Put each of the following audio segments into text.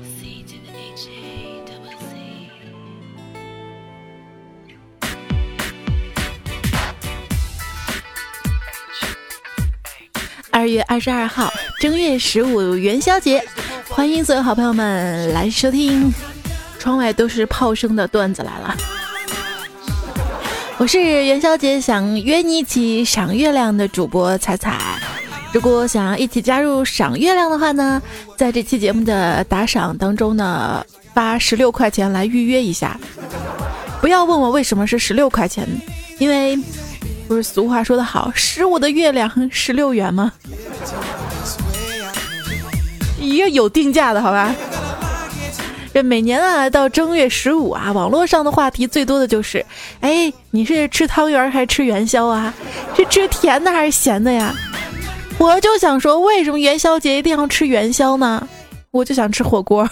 2月22号，正月15元宵节，欢迎所有好朋友们来收听。窗外都是炮声的段子来了。我是元宵节想约你一起赏月亮的主播彩彩。如果想要一起加入赏月亮的话呢，在这期节目的打赏当中呢，发16块钱来预约一下。不要问我为什么是16块钱，因为不是俗话说得好，15的月亮16元吗？也有定价的好吧。这每年啊到正月15啊，网络上的话题最多的就是，哎，你是吃汤圆还是吃元宵啊？是吃甜的还是咸的呀？我就想说，为什么元宵节一定要吃元宵呢？我就想吃火锅。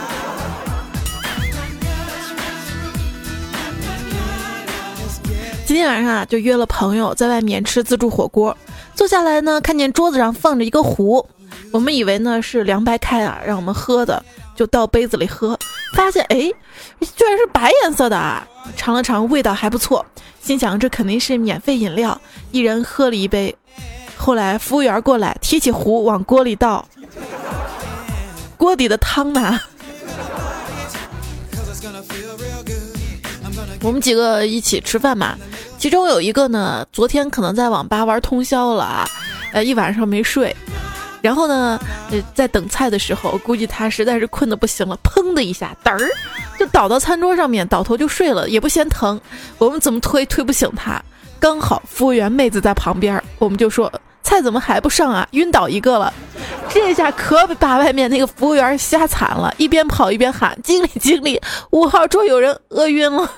今天晚上啊，就约了朋友在外面吃自助火锅。坐下来呢，看见桌子上放着一个壶，我们以为呢是凉白开啊，让我们喝的，就倒杯子里喝，发现哎，居然是白颜色的啊！尝了尝，味道还不错，心想这肯定是免费饮料，一人喝了一杯。后来服务员过来，提起壶往锅里倒，锅底的汤呢？我们几个一起吃饭嘛，其中有一个呢，昨天可能在网吧玩通宵了啊，一晚上没睡。然后呢，在等菜的时候，估计他实在是困得不行了，砰的一下，嘚儿就倒到餐桌上面，倒头就睡了，也不嫌疼。我们怎么推不醒他，刚好服务员妹子在旁边，我们就说菜怎么还不上啊？晕倒一个了。这下可把外面那个服务员吓惨了，一边跑一边喊：“经理，经理，5号桌有人饿晕了。”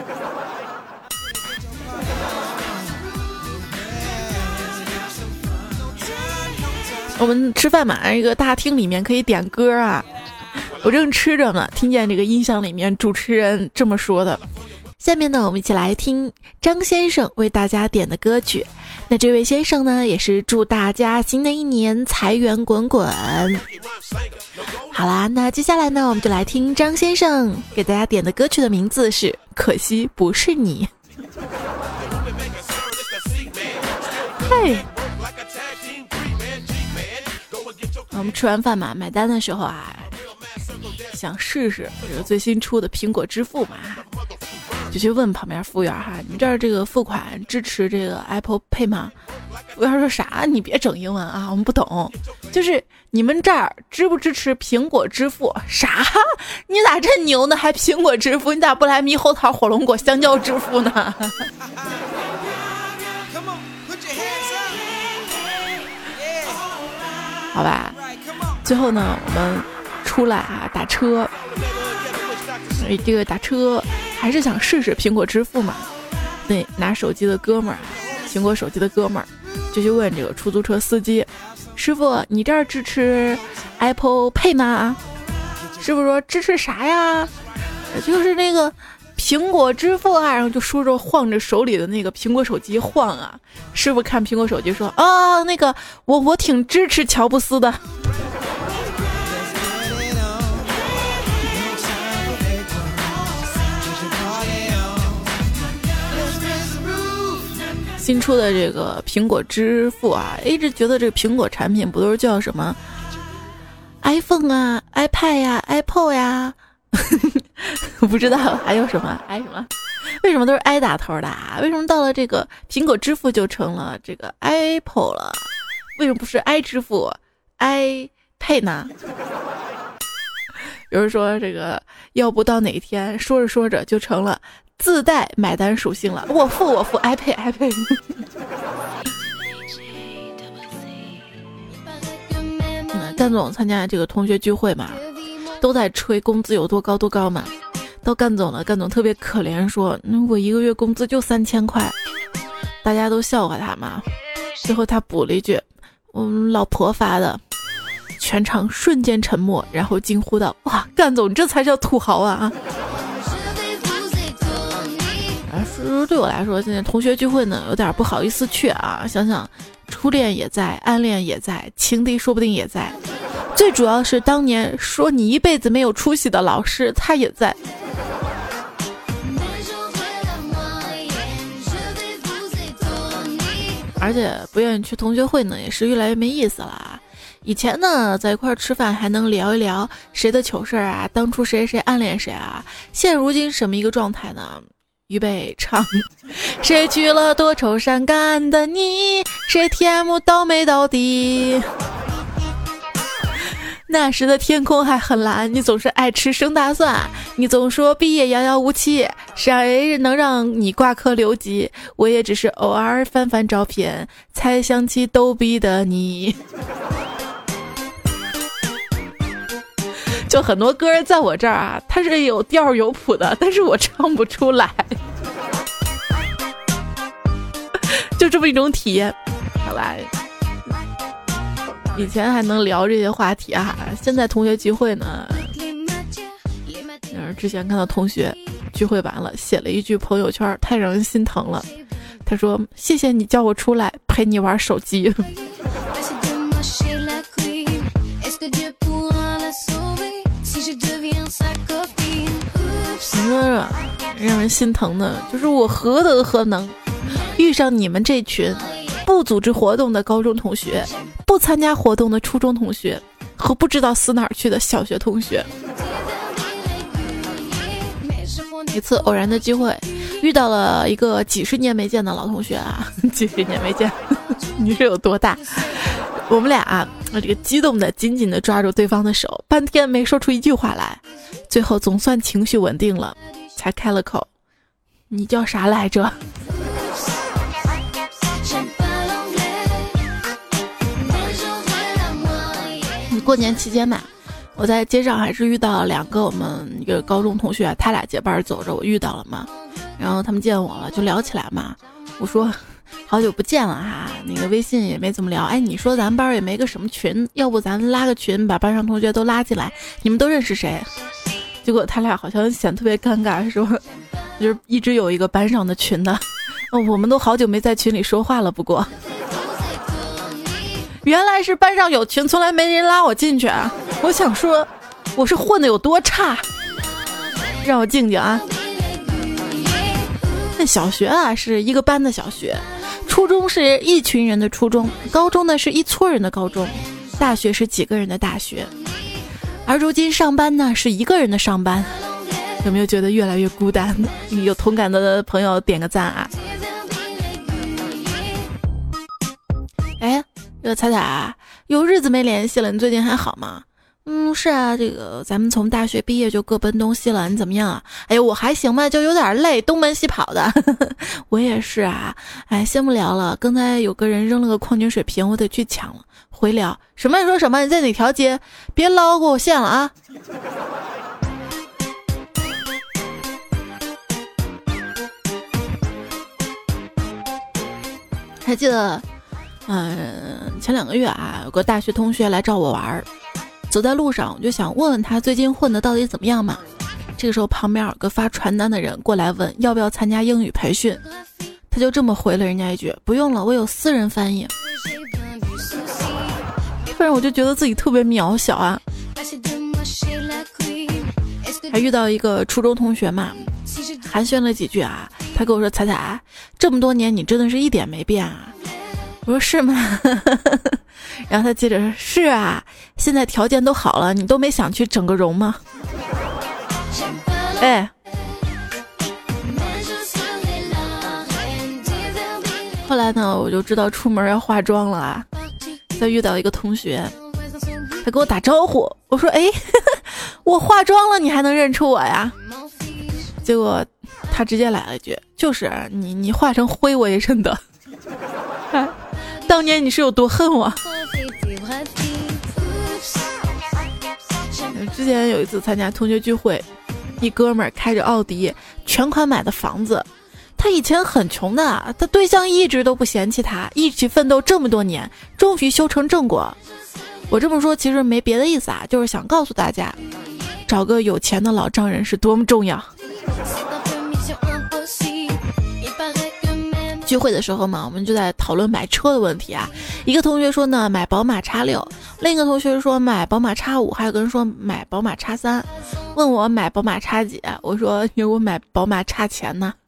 我们吃饭嘛，一个大厅里面可以点歌啊。我正吃着呢，听见这个音响里面主持人这么说的。下面呢，我们一起来听张先生为大家点的歌曲。那这位先生呢，也是祝大家新的一年财源滚滚。好啦，那接下来呢，我们就来听张先生给大家点的歌曲的名字是《可惜不是你》。嘿，我们吃完饭嘛，买单的时候啊，想试试这个最新出的苹果支付嘛，就去问旁边服务员哈，你们这儿这个付款支持这个 Apple Pay 吗？服务员说啥？你别整英文啊，我们不懂。就是你们这儿支不支持苹果支付？啥？你咋这牛呢？还苹果支付？你咋不来猕猴桃、火龙果、香蕉支付呢？好吧，最后呢，我们出来啊打车，这个打车还是想试试苹果支付嘛。那拿手机的哥们儿，苹果手机的哥们儿就去问这个出租车司机：“师傅，你这儿支持 Apple Pay 吗？”师傅说：“支持啥呀？就是那个苹果支付啊。”然后就说着晃着手里的那个苹果手机晃啊。师傅看苹果手机说：“哦，那个我挺支持乔布斯的。”新出的这个苹果支付啊，一直觉得这个苹果产品不都是叫什么 iPhone 啊、iPad 呀、Apple 呀，我不知道还有什么 i 什么，为什么都是 i 打头的啊？为什么到了这个苹果支付就成了这个 Apple 了？为什么不是 i 支付 iPay 呢？有人说这个要不到哪一天说着说着就成了自带买单属性了，我付iPay。干总参加这个同学聚会嘛，都在吹工资有多高多高嘛。到干总了，干总特别可怜说：“我一个月工资就3000块。”大家都笑话他嘛。最后他补了一句：“老婆发的。”全场瞬间沉默，然后惊呼道：“哇，干总这才叫土豪啊！”对我来说，现在同学聚会呢，有点不好意思去啊。想想初恋也在，暗恋也在，情敌说不定也在， 最主要是当年说你一辈子没有出息的老师，他也在。而且不愿意去同学会呢，也是越来越没意思了。以前呢，在一块吃饭还能聊一聊谁的糗事啊，当初谁谁暗恋谁啊。现如今什么一个状态呢？预备唱，谁娶了多愁善感的你，谁甜母倒霉到底。那时的天空还很蓝，你总是爱吃生大蒜，你总说毕业遥遥无期，谁能让你挂科留级？我也只是偶尔翻翻照片，才想起逗比的你。就很多歌在我这儿啊，它是有调有谱的，但是我唱不出来，就这么一种体验。好啦，以前还能聊这些话题啊，现在同学聚会呢，之前看到同学聚会完了，写了一句朋友圈，太让人心疼了。他说：“谢谢你叫我出来陪你玩手机。”你说让人心疼的，就是我何德何能遇上你们这群不组织活动的高中同学，不参加活动的初中同学，和不知道死哪儿去的小学同学。一次偶然的机会，遇到了一个几十年没见的老同学啊，几十年没见，你是有多大？我们俩啊，这个激动的紧紧的抓住对方的手，半天没说出一句话来，最后总算情绪稳定了，才开了口：“你叫啥来着？”过年期间嘛，我在街上还是遇到2个我们一个高中同学，他俩结伴走着，我遇到了嘛，然后他们见我了就聊起来嘛。我说好久不见了哈，那个微信也没怎么聊。哎，你说咱们班也没个什么群，要不咱拉个群，把班上同学都拉进来，你们都认识谁？结果他俩好像显特别尴尬，说就是一直有一个班上的群的，我们都好久没在群里说话了。不过原来是班上有群，从来没人拉我进去啊！我想说，我是混的有多差？让我静静啊！那小学啊是一个班的小学，初中是一群人的初中，高中呢是一撮人的高中，大学是几个人的大学，而如今上班呢是一个人的上班。有没有觉得越来越孤单？有同感的朋友点个赞啊！哎，这个彩彩啊，有日子没联系了，你最近还好吗？是啊，这个咱们从大学毕业就各奔东西了，你怎么样啊？哎呦，我还行吧，就有点累，东奔西跑的。我也是啊，哎，先不聊了，刚才有个人扔了个矿泉水瓶，我得去抢了。回聊什么？你说什么？你在哪条街？别捞给我现了啊！还记得前2个月啊，有个大学同学来找我玩，走在路上我就想问问他最近混的到底怎么样嘛。这个时候旁边有个发传单的人过来问要不要参加英语培训，他就这么回了人家一句：不用了，我有私人翻译。突然我就觉得自己特别渺小啊。还遇到一个初中同学嘛，寒暄了几句啊，他跟我说：彩彩，这么多年你真的是一点没变啊。我说是吗？然后他接着说：是啊，现在条件都好了，你都没想去整个容吗？哎，后来呢，我就知道出门要化妆了啊。再遇到一个同学，他给我打招呼，我说：哎，我化妆了，你还能认出我呀？结果他直接来了一句：就是你化成灰我也认得。当年你是有多恨我？之前有一次参加同学聚会，一哥们儿开着奥迪，全款买的房子。他以前很穷的，他对象一直都不嫌弃他，一起奋斗这么多年，终于修成正果。我这么说其实没别的意思啊，就是想告诉大家，找个有钱的老丈人是多么重要。聚会的时候嘛，我们就在讨论买车的问题啊。 一个同学说呢买宝马 X6， 另一个同学说买宝马 X5， 还有个人说买宝马 X3， 问我买宝马 X 几，我说因为我买宝马 X 前呢。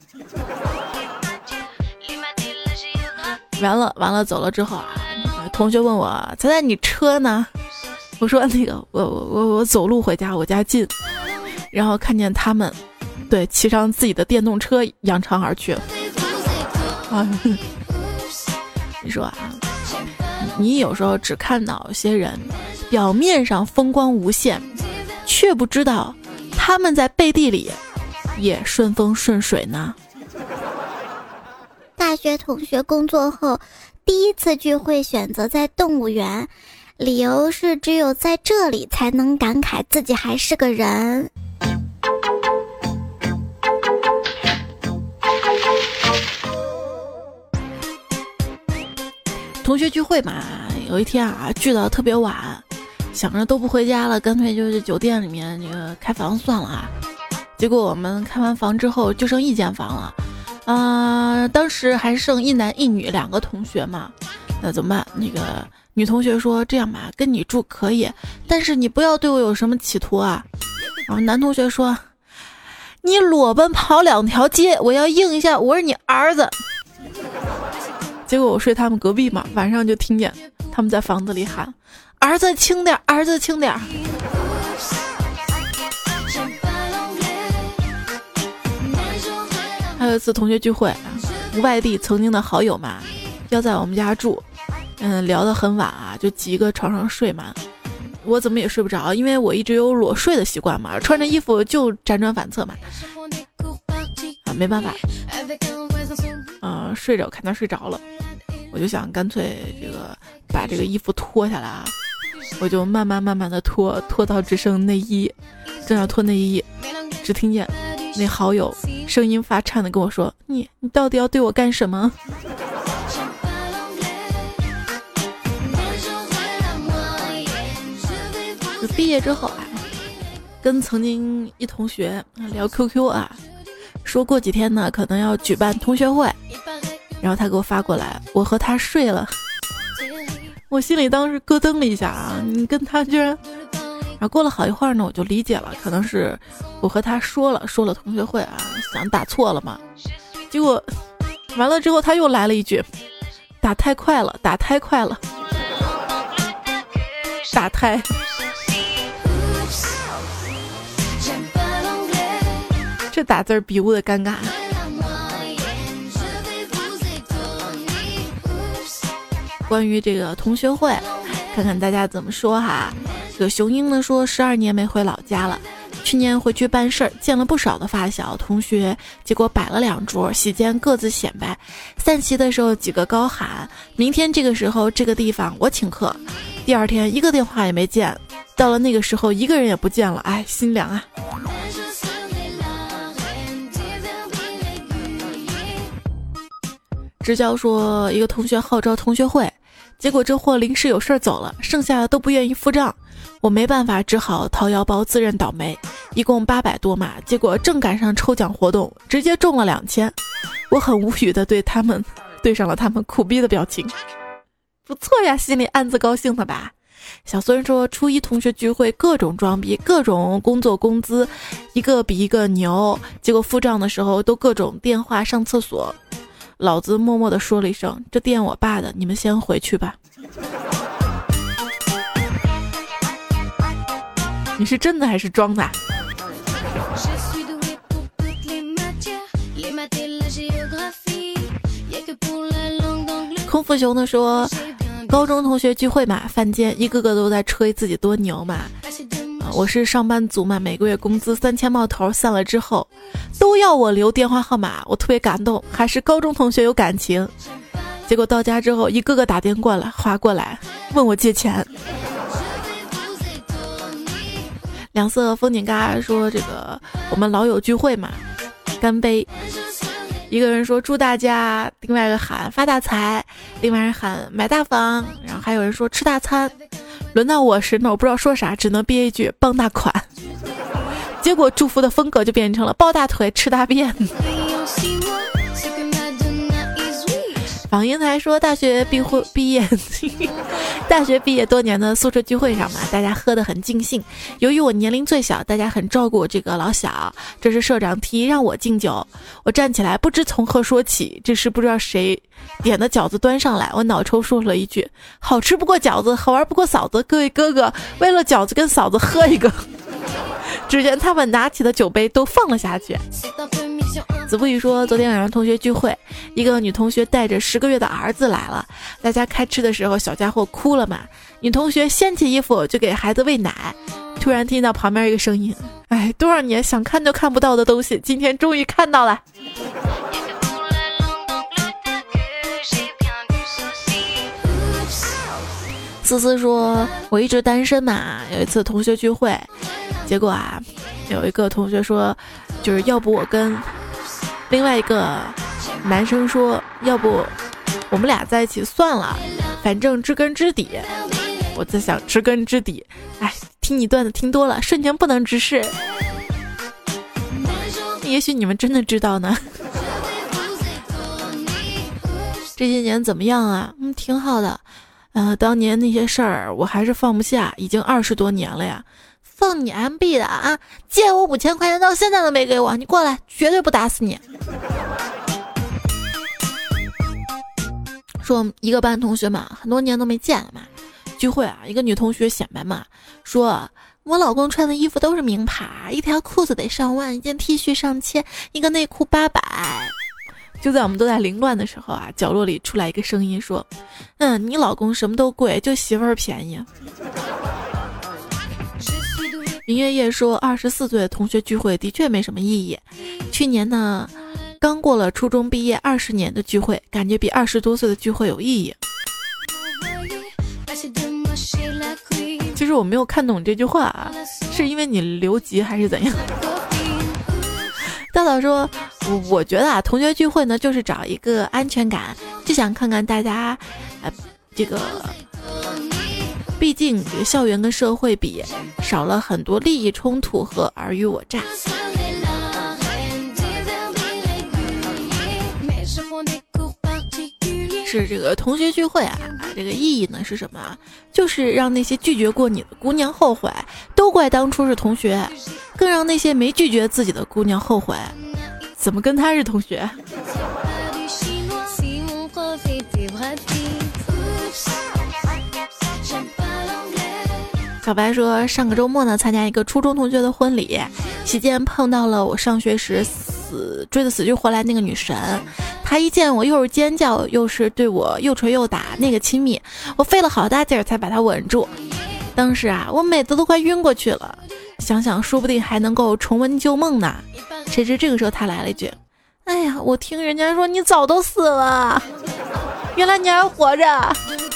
完了走了之后啊，同学问我猜猜你车呢？我说那个我走路回家，我家近。然后看见他们对骑上自己的电动车扬长而去。你说啊，你有时候只看到有些人表面上风光无限，却不知道他们在背地里也顺风顺水呢。 大学同学工作后第一次聚会选择在动物园，理由是只有在这里才能感慨自己还是个人。 同学聚会嘛，有一天啊聚到特别晚，想着都不回家了，干脆就是酒店里面这个开房算了啊。结果我们开完房之后就剩一间房了。当时还剩一男一女2个同学嘛，那怎么办？那个女同学说这样吧，跟你住可以，但是你不要对我有什么企图啊。然后男同学说，你裸奔跑2条街，我要应一下我是你儿子。结果我睡他们隔壁嘛，晚上就听见他们在房子里喊，儿子轻点，儿子轻点。还有一次同学聚会，外地曾经的好友嘛，要在我们家住，聊得很晚啊，就挤一个床上睡嘛。我怎么也睡不着，因为我一直有裸睡的习惯嘛，穿着衣服就辗转反侧嘛。没办法，睡着看他睡着了，我就想干脆这个把这个衣服脱下来啊，我就慢慢的脱到只剩内衣，正要脱内衣，只听见那好友声音发颤的跟我说，你到底要对我干什么？毕业之后啊，跟曾经一同学聊 QQ 啊，说过几天呢可能要举办同学会，然后他给我发过来，我和他睡了。我心里当时咯噔了一下啊，你跟他居然……然后过了好一会儿呢，我就理解了，可能是我和他说了同学会啊，想打错了嘛。结果完了之后他又来了一句，打太快了，打太快了，打太。这打字比喻的尴尬。关于这个同学会，看看大家怎么说哈。这个雄鹰呢说12年没回老家了，去年回去办事儿，见了不少的发小同学，结果摆了2桌，席间各自显摆。散席的时候几个高喊，明天这个时候这个地方我请客。第2天一个电话也没见，到了那个时候一个人也不见了，哎，心凉啊。支教说一个同学号召同学会，结果这货临时有事走了，剩下的都不愿意付账，我没办法，只好掏腰包自认倒霉，一共800多嘛，结果正赶上抽奖活动，直接中了2000，我很无语的对上了他们苦逼的表情。不错呀，心里暗自高兴了吧。小孙说初一同学聚会各种装逼，各种工作工资一个比一个牛，结果付账的时候都各种电话上厕所，老子默默地说了一声，这店我爸的，你们先回去吧。你是真的还是装的？空腹熊的说高中同学聚会嘛，饭间一个个都在吹自己多牛嘛。我是上班族嘛，每个月工资3000冒头，散了之后都要我留电话号码，我特别感动，还是高中同学有感情。结果到家之后一个个打电话过来问我借钱。两色风景嘎说这个我们老友聚会嘛，干杯。一个人说祝大家，另外一个喊发大财，另外人喊买大房，然后还有人说吃大餐。轮到我时呢，我不知道说啥，只能憋一句傍大款。结果祝福的风格就变成了抱大腿吃大便。 访英台说大学毕业大学毕业多年的宿舍聚会上嘛，大家喝得很尽兴。由于我年龄最小，大家很照顾我这个老小。这是社长提议让我敬酒，我站起来不知从何说起。这时不知道谁点的饺子端上来，我脑抽说了一句：好吃不过饺子，好玩不过嫂子。各位哥哥，为了饺子跟嫂子喝一个。只见他们拿起的酒杯都放了下去。子不语说，昨天晚上同学聚会，一个女同学带着10个月的儿子来了，大家开吃的时候，小家伙哭了嘛，女同学掀起衣服就给孩子喂奶，突然听到旁边一个声音：哎，多少年想看都看不到的东西，今天终于看到了。思思说，我一直单身嘛，有一次同学聚会，结果啊，有一个同学说，就是要不我跟另外一个男生说，要不我们俩在一起算了，反正知根知底。我在想知根知底，哎，听你段子听多了，瞬间不能直视。也许你们真的知道呢。这些年怎么样啊？挺好的。当年那些事儿我还是放不下，已经20多年了呀。放你 MB 的啊！借我5000块钱到现在都没给我，你过来，绝对不打死你。说一个班同学嘛，很多年都没见了嘛。聚会啊，一个女同学显摆嘛，说我老公穿的衣服都是名牌，一条裤子得上万，一件 T 恤上千，一个内裤800。就在我们都在凌乱的时候啊，角落里出来一个声音说：你老公什么都贵，就媳妇儿便宜。明月夜说，24岁的同学聚会的确没什么意义。去年呢，刚过了初中毕业20年的聚会，感觉比20多岁的聚会有意义。其实我没有看懂这句话啊，是因为你留级还是怎样？大嫂说，我觉得啊，同学聚会呢，就是找一个安全感，就想看看大家，这个。毕竟这个校园跟社会比，少了很多利益冲突和尔虞我诈。是这个同学聚会啊，这个意义呢是什么啊？就是让那些拒绝过你的姑娘后悔，都怪当初是同学，更让那些没拒绝自己的姑娘后悔，怎么跟他是同学？小白说，上个周末呢，参加一个初中同学的婚礼，期间碰到了我上学时追得死去活来那个女神，她一见我又是尖叫，又是对我又捶又打，那个亲密，我费了好大劲儿才把她稳住。当时啊，我美得都快晕过去了，想想说不定还能够重温旧梦呢。谁知这个时候她来了一句：哎呀，我听人家说你早都死了，原来你还活着。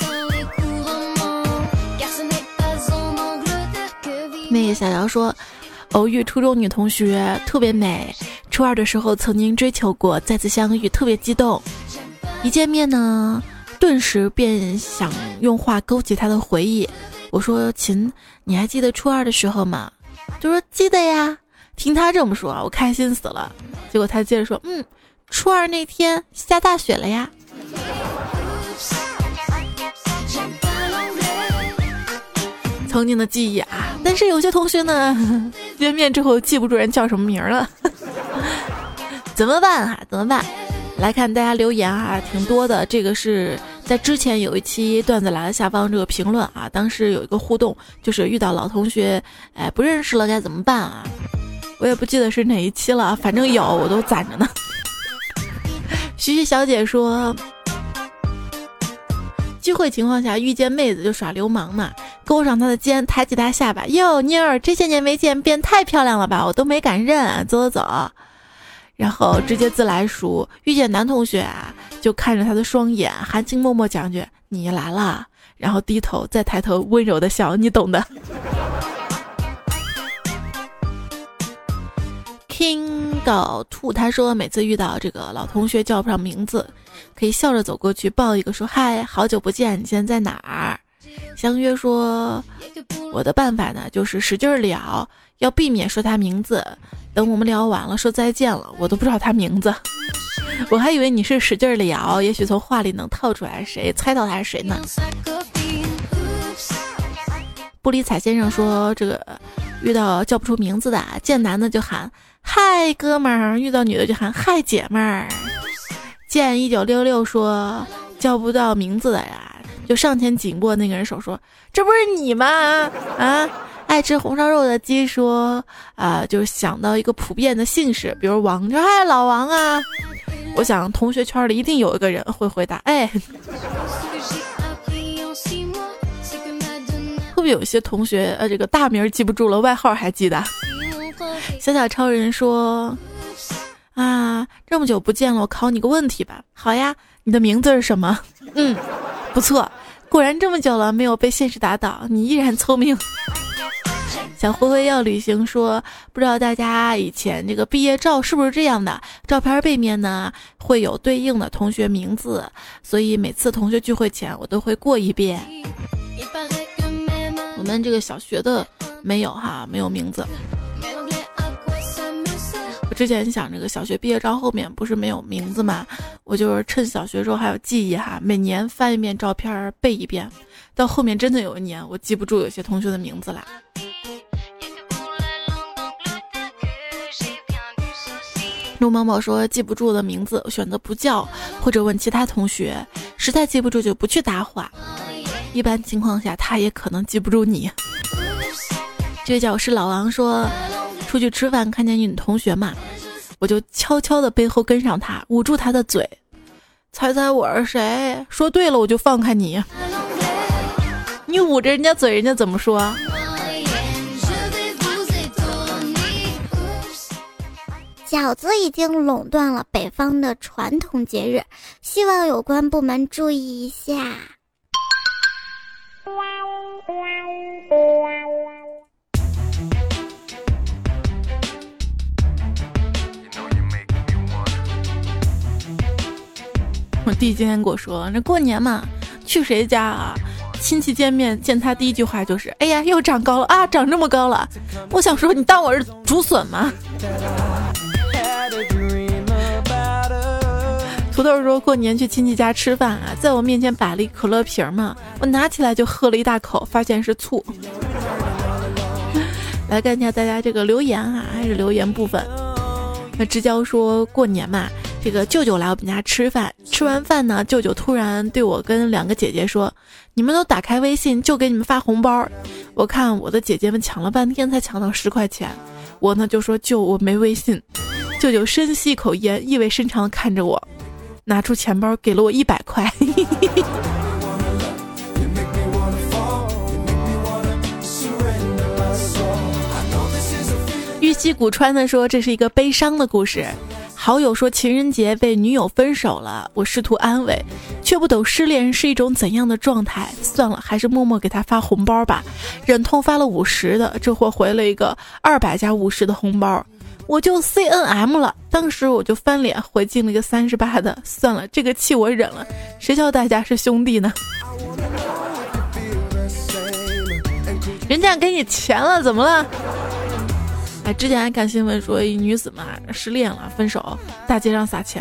那个小姚说，偶遇初中女同学特别美，初2的时候曾经追求过，再次相遇特别激动，一见面呢顿时便想用话勾起她的回忆。我说，琴，你还记得初2的时候吗？就说记得呀。听她这么说，我开心死了。结果她接着说，初2那天下大雪了呀。曾经的记忆啊，但是有些同学呢，见面之后记不住人叫什么名了，怎么办啊？怎么办？来看大家留言啊，挺多的。这个是在之前有一期段子来了下方这个评论啊，当时有一个互动，就是遇到老同学，不认识了该怎么办啊？我也不记得是哪一期了，反正有我都攒着呢。徐徐小姐说，聚会情况下遇见妹子就耍流氓嘛，勾上她的肩，抬起她下巴，哟妞儿，这些年没见变太漂亮了吧，我都没敢认，走走走。然后直接自来熟，遇见男同学啊，就看着他的双眼，含情脉脉讲句你来了，然后低头再抬头温柔的笑，你懂的。King 搞兔他说，每次遇到这个老同学叫不上名字，可以笑着走过去抱一个说，嗨，好久不见，你现在在哪儿？相约说，我的办法呢就是使劲聊，要避免说他名字， 等我们聊完了说再见了，我都不知道他名字，我还以为你是使劲聊，也许从话里能套出来谁，猜到他是谁呢。布里彩先生说，这个遇到叫不出名字的，见男的就喊嗨哥们儿，遇到女的就喊嗨姐妹儿。见1966说叫不到名字的呀，就上前紧握那个人手说，这不是你吗？啊，爱吃红烧肉的鸡说就是想到一个普遍的姓氏，比如王，就嗨老王啊。我想同学圈里一定有一个人会回答，哎。会不会有一些同学这个大名记不住了，外号还记得？小小超人说这么久不见了，我考你个问题吧。好呀，你的名字是什么？不错，果然这么久了没有被现实打倒，你依然聪明。小灰灰要旅行说，不知道大家以前这个毕业照是不是这样的，照片背面呢会有对应的同学名字，所以每次同学聚会前我都会过一遍。我们这个小学的没有没有名字。我之前想这个小学毕业照后面不是没有名字嘛，我就是趁小学时候还有记忆每年翻一遍照片背一遍，到后面真的有一年我记不住有些同学的名字啦。陆毛毛说，记不住的名字我选择不叫，或者问其他同学，实在记不住就不去搭话，一般情况下他也可能记不住你。这位叫我是老王说，出去吃饭看见女同学嘛，我就悄悄的背后跟上她，捂住她的嘴，猜猜我是谁？说对了我就放开你。你捂着人家嘴，人家怎么说？ 饺子已经垄断了北方的传统节日，希望有关部门注意一下。 我弟今天跟我说，这过年嘛，去谁家亲戚见面，见他第一句话就是哎呀又长高了长这么高了。我想说，你当我是竹笋吗？土豆说，过年去亲戚家吃饭在我面前摆了一可乐瓶嘛，我拿起来就喝了一大口，发现是醋。来看一下大家这个留言还是留言部分。那之交说，过年嘛，这个舅舅来我们家吃饭，吃完饭呢，舅舅突然对我跟2个姐姐说，你们都打开微信就给你们发红包。我看我的姐姐们抢了半天才抢到10块钱，我呢就说，舅我没微信。舅舅深吸一口烟，意味深长地看着我，拿出钱包给了我100块。玉溪古川的说，这是一个悲伤的故事。好友说情人节被女友分手了，我试图安慰，却不懂失恋是一种怎样的状态。算了，还是默默给他发红包吧。忍痛发了50的，这货回了一个200加50的红包，我就 CNM 了。当时我就翻脸回敬了一个38的，算了，这个气我忍了，谁叫大家是兄弟呢？人家给你钱了怎么了？之前还看新闻说一女子嘛失恋了分手，大街上撒钱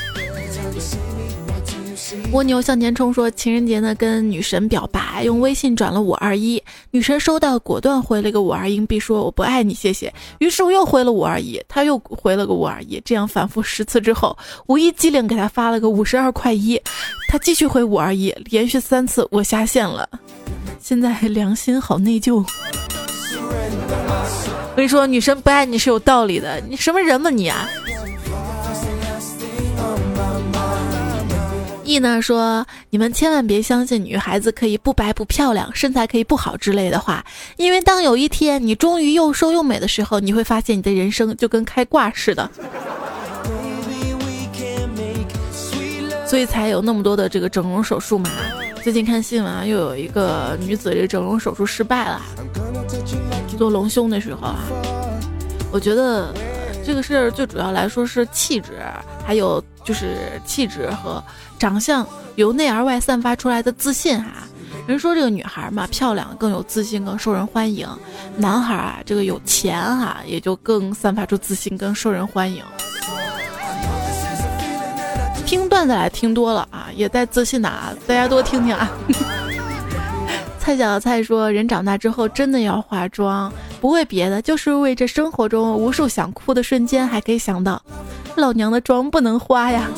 蜗牛向前冲说，情人节呢跟女神表白，用微信转了521，女神收到果断回了个521，并说我不爱你谢谢。于是我又回了521，他又回了个521，这样反复10次之后，我一机灵给他发了个52块1，他继续回521，连续3次我下线了，现在良心好内疚。我跟你说，女生不爱你是有道理的，你什么人嘛你啊？E 呢说，你们千万别相信女孩子可以不白不漂亮，身材可以不好之类的话，因为当有一天你终于又瘦又美的时候，你会发现你的人生就跟开挂似的，所以才有那么多的这个整容手术嘛。最近看新闻又有一个女子这整容手术失败了，做隆胸的时候我觉得这个事儿最主要来说是气质，还有就是气质和长相由内而外散发出来的自信人说这个女孩嘛，漂亮更有自信，更受人欢迎；男孩啊，这个有钱啊，也就更散发出自信，更受人欢迎。听段子来听多了啊，也带自信的啊，大家多听听啊。蔡小菜说，人长大之后真的要化妆，不为别的，就是为这生活中无数想哭的瞬间，还可以想到老娘的妆不能花呀。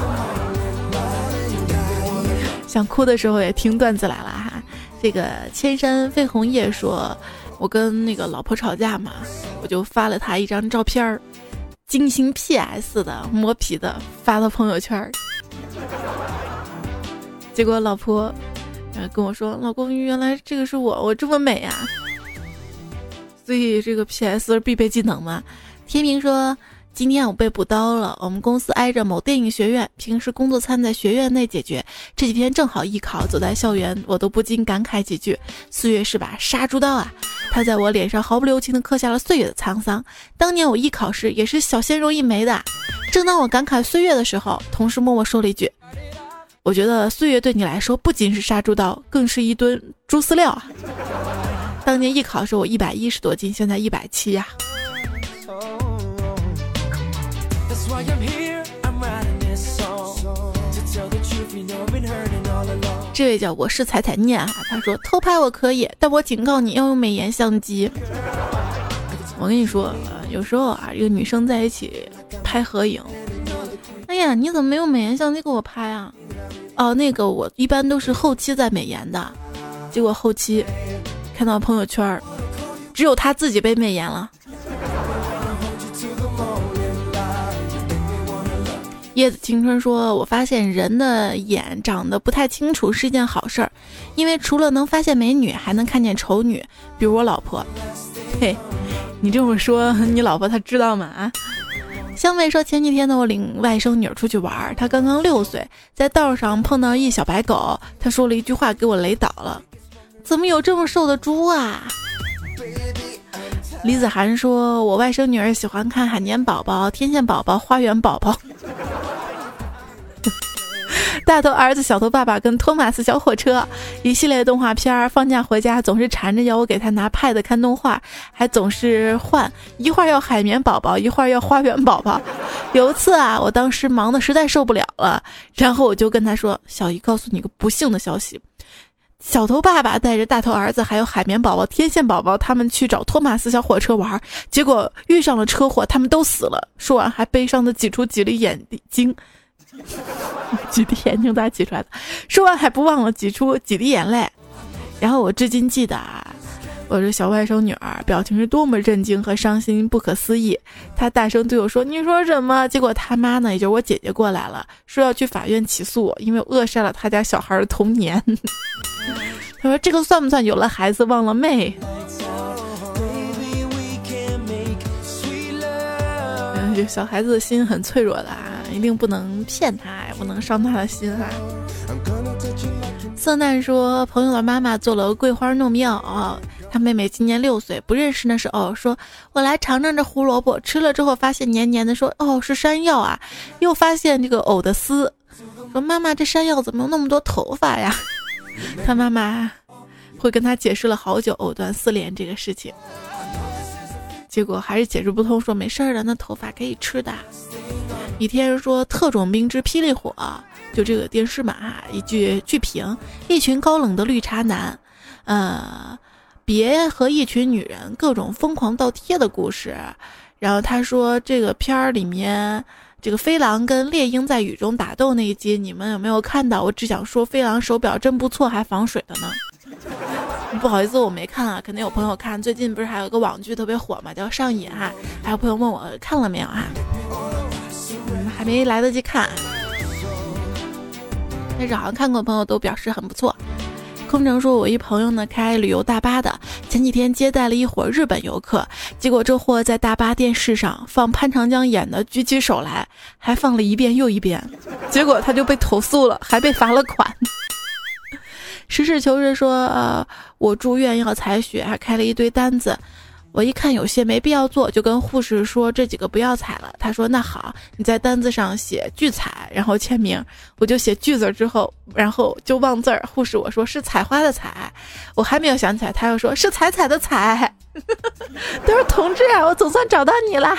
想哭的时候也听段子来了哈。这个千山飞红叶说，我跟那个老婆吵架嘛，我就发了她一张照片儿，精心 PS 的磨皮的，发到朋友圈。结果老婆跟我说，老公，原来这个是我这么美啊。所以这个 PS 是必备技能嘛。天明说，今天我被补刀了，我们公司挨着某电影学院，平时工作餐在学院内解决，这几天正好艺考，走在校园我都不禁感慨几句，岁月是把杀猪刀啊，他在我脸上毫不留情地刻下了岁月的沧桑。当年我艺考时也是小鲜肉一枚的。正当我感慨岁月的时候，同事默默说了一句，我觉得岁月对你来说不仅是杀猪刀，更是一吨猪饲料啊。当年艺考时我110多斤，现在170呀。这位叫我是彩彩念啊，他说偷拍我可以，但我警告你要用美颜相机。我跟你说，有时候啊，一个女生在一起拍合影，哎呀，你怎么没有美颜相机给我拍啊？哦，那个我一般都是后期在美颜的，结果后期看到朋友圈，只有他自己被美颜了。叶子青春说，我发现人的眼长得不太清楚是一件好事儿，因为除了能发现美女，还能看见丑女，比如我老婆。嘿，你这么说，你老婆她知道吗？啊？香妹说，前几天呢，我领外甥女出去玩，她刚刚6岁，在道上碰到一小白狗，她说了一句话给我雷倒了，怎么有这么瘦的猪啊？李子涵说，我外甥女儿喜欢看海绵宝宝、天线宝宝、花园宝宝。大头儿子小头爸爸跟托马斯小火车一系列动画片，放假回家总是缠着要我给他拿 pad 看动画，还总是换，一会儿要海绵宝宝，一会儿要花园宝宝。有一次啊，我当时忙得实在受不了了，然后我就跟他说，小姨告诉你个不幸的消息，小头爸爸带着大头儿子还有海绵宝宝、天线宝宝他们去找托马斯小火车玩，结果遇上了车祸，他们都死了。说完还悲伤的挤出几粒眼睛，几滴眼睛咋挤出来的？说完还不忘了挤出几滴眼泪。然后我至今记得啊，我这小外甥女儿表情是多么震惊和伤心，不可思议。她大声对我说，你说什么？结果他妈呢，也就是我姐姐过来了，说要去法院起诉我，因为我扼杀了他家小孩的童年。他说这个算不算有了孩子忘了妹？这小孩子的心很脆弱的啊，一定不能骗他，也不能伤他的心啊。色难说，朋友的妈妈做了桂花糯米藕，他妹妹今年6岁，不认识那是藕，说我来尝尝这胡萝卜，吃了之后发现黏黏的，说哦是山药啊，又发现这个藕的丝，说妈妈这山药怎么有那么多头发呀？他妈妈会跟他解释了好久藕断丝连这个事情，结果还是解释不通，说没事儿的，那头发可以吃的。一天说特种兵之霹雳火，就这个电视嘛，一句剧评，一群高冷的绿茶男，别和一群女人各种疯狂倒贴的故事。然后他说这个片儿里面，这个飞狼跟猎鹰在雨中打斗那一集，你们有没有看到？我只想说飞狼手表真不错，还防水的呢。不好意思，我没看啊，肯定有朋友看。最近不是还有个网剧特别火嘛，叫《上瘾》哈，还有朋友问我看了没有哈，还没来得及看，但是好像看过的朋友都表示很不错。空城说，我一朋友呢开旅游大巴的，前几天接待了一伙日本游客，结果这货在大巴电视上放潘长江演的举起手来，还放了一遍又一遍，结果他就被投诉了，还被罚了款。实事求是说，我住院要采血，还开了一堆单子， 我一看有些没必要做，就跟护士说这几个不要采了。他说那好，你在单子上写拒采，然后签名。我就写拒字之后，然后就忘字儿。护士我说是采花的采，我还没有想起来，他又说是采采的采。都是同志啊，我总算找到你啦。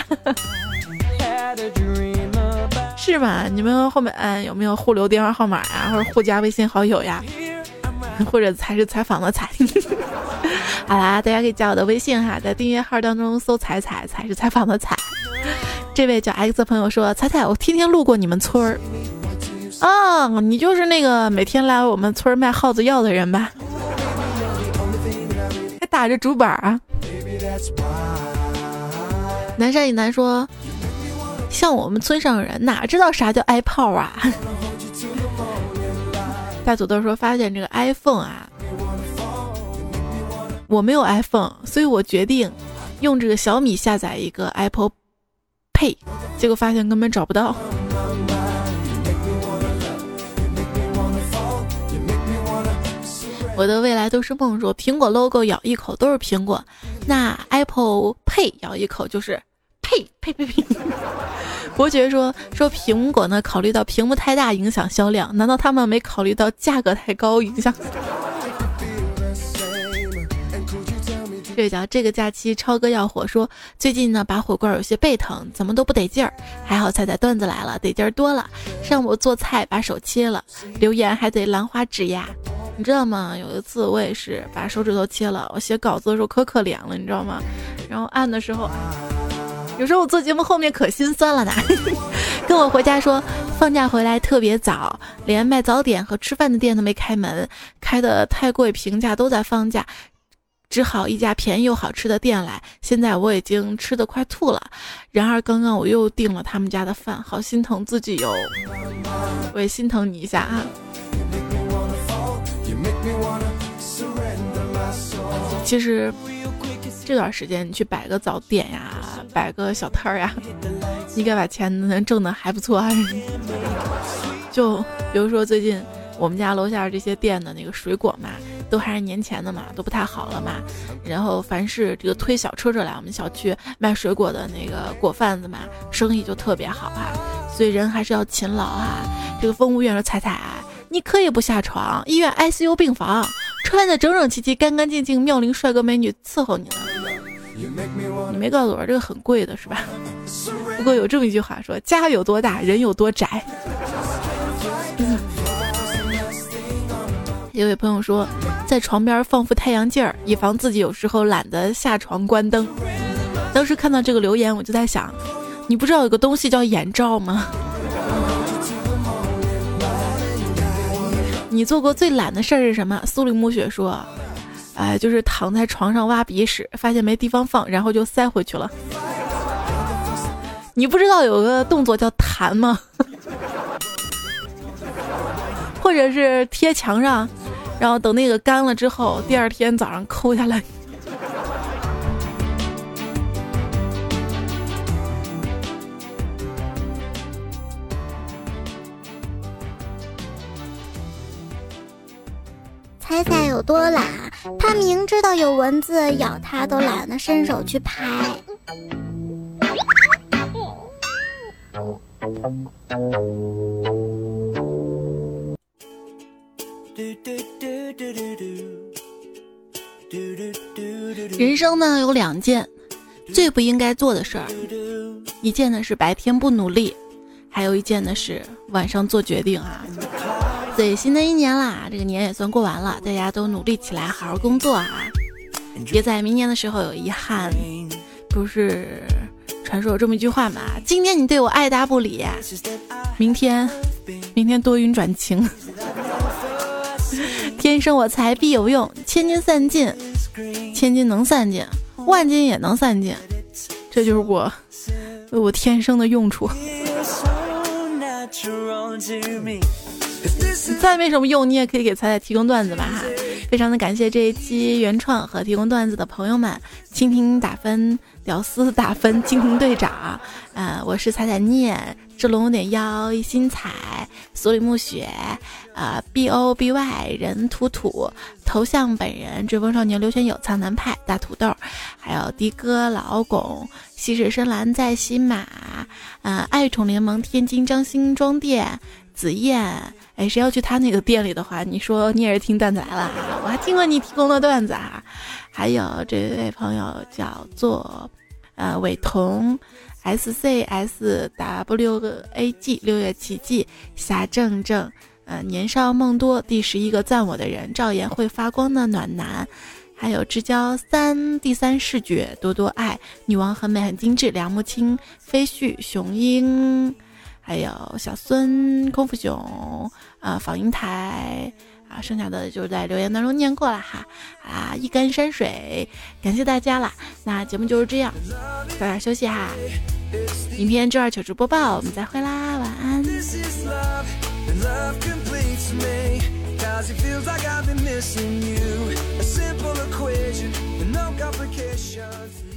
是吗？你们后面有没有互留电话号码呀，或者互加微信好友呀？或者才是采访的采。好啦，大家可以加我的微信哈，在订阅号当中搜采采，采是采访的采。这位叫 X 的朋友说，采采我天天路过你们村儿啊，你就是那个每天来我们村儿卖耗子药的人吧？还打着竹板啊。南山以南说，像我们村上人哪知道啥叫挨炮啊？大土豆说，发现这个 iPhone 啊，我没有 iPhone， 所以我决定用这个小米下载一个 Apple Pay， 结果发现根本找不到。我的未来都是梦说，苹果 logo 咬一口都是苹果，那 Apple Pay 咬一口就是呸。伯爵说苹果呢考虑到屏幕太大影响销量，难道他们没考虑到价格太高影响？这叫这个假期超哥要火说，最近呢拔火罐有些背疼，怎么都不得劲儿，还好彩彩段子来了，得劲儿多了。上午做菜把手切了，留言还得兰花指压，你知道吗？有一次我也是把手指头切了，我写稿子的时候可怜了，你知道吗？然后按的时候，有时候我做节目后面可心酸了呢。跟我回家说，放假回来特别早，连卖早点和吃饭的店都没开门，开的太贵，评价都在放假，只好一家便宜又好吃的店来。现在我已经吃得快吐了，然而刚刚我又订了他们家的饭，好心疼自己哟。我也心疼你一下啊。其实这段时间你去摆个早点呀，摆个小摊儿呀，应该把钱能挣的还不错啊。就比如说最近我们家楼下这些店的那个水果嘛，都还是年前的嘛，都不太好了嘛。然后凡是这个推小车车来我们小区卖水果的那个果贩子嘛，生意就特别好啊。所以人还是要勤劳啊。这个风物院的彩彩，你可以不下床，医院 ICU 病房穿得整整齐齐干干净净，妙龄帅哥美女伺候你呢。你没告诉我这个很贵的是吧？不过有这么一句话说，家有多大人有多窄。有位朋友说，在床边放副太阳镜儿，以防自己有时候懒得下床关灯。当时看到这个留言，我就在想，你不知道有个东西叫眼罩吗？你做过最懒的事儿是什么？苏里木雪说，就是躺在床上挖鼻屎，发现没地方放，然后就塞回去了。你不知道有个动作叫弹吗？或者是贴墙上，然后等那个干了之后，第二天早上抠下来。 彩彩有多懒，他明知道有蚊子咬他都懒得伸手去拍。 人生呢有两件最不应该做的事儿，一件呢是白天不努力，还有一件呢是晚上做决定啊。对，新的一年啦，这个年也算过完了，大家都努力起来，好好工作啊，别在明年的时候有遗憾。不是传说有这么一句话嘛，今天你对我爱答不理，明天多云转晴。天生我材必有用，千金散尽，千金能散尽，万金也能散尽，这就是我天生的用处。再没什么用，你也可以给彩彩提供段子吧哈。 非常的感谢这一期原创和提供段子的朋友们，蜻蜓打分，屌丝打分，蜻蜓队长，我是彩彩念，志龙点腰，一心彩，索里木雪，BOBY 人土土，头像本人，追风少年刘玄友，苍南派大土豆，还有的哥老巩，溪水深蓝在西马，爱宠联盟天津张新庄店，子燕，谁要去他那个店里的话，你说你也是听段子来了，我还听过你提供的段子啊。还有这位朋友叫做伟彤 SCSWAG 6月奇迹夏正正，年少梦多，第11个赞我的人，照眼会发光的暖男，还有知交3第3视觉多多爱，女王很美很精致，梁木青飞絮雄鹰，还有小孙空腹熊访英台剩下的就是在留言当中念过了哈一干山水，感谢大家啦。那节目就是这样，早点休息哈，明天周二糗事播报我们再会啦，晚安。Love completes me, 'cause it feels like I've been missing you. A simple equation with no complications.